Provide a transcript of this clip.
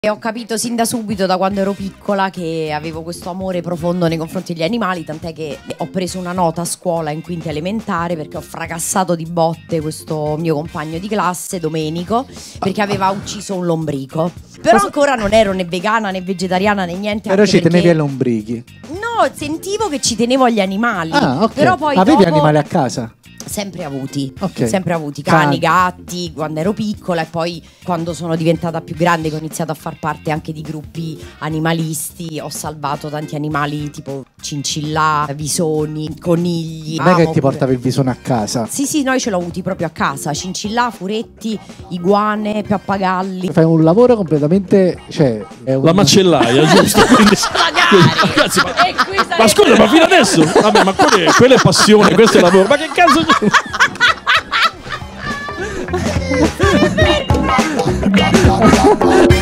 E ho capito sin da subito, da quando ero piccola, che avevo questo amore profondo nei confronti degli animali, tant'è che ho preso una nota a scuola in quinta elementare perché ho fracassato di botte questo mio compagno di classe, Domenico, perché aveva ucciso un lombrico. Però ancora non ero né vegana né vegetariana né niente. Però ci tenevi ai lombrichi? No, sentivo che ci tenevo agli animali. Ah, ok. Però poi avevi dopo... animali a casa? Sempre avuti, okay. Sempre avuti cani, gatti, quando ero piccola, e poi quando sono diventata più grande, che ho iniziato a far parte anche di gruppi animalisti, ho salvato tanti animali tipo cincillà, visoni, conigli. Non è che ti portavi il visone a casa? Sì, noi ce l'ho avuti proprio a casa, cincillà, furetti, iguane, pappagalli. Fai un lavoro completamente, cioè la macellaia, giusto? Quindi... Ragazzi, ma scusa, ma fino adesso? Vabbè, ma quella è passione, questo è lavoro. Ma che cazzo c'è?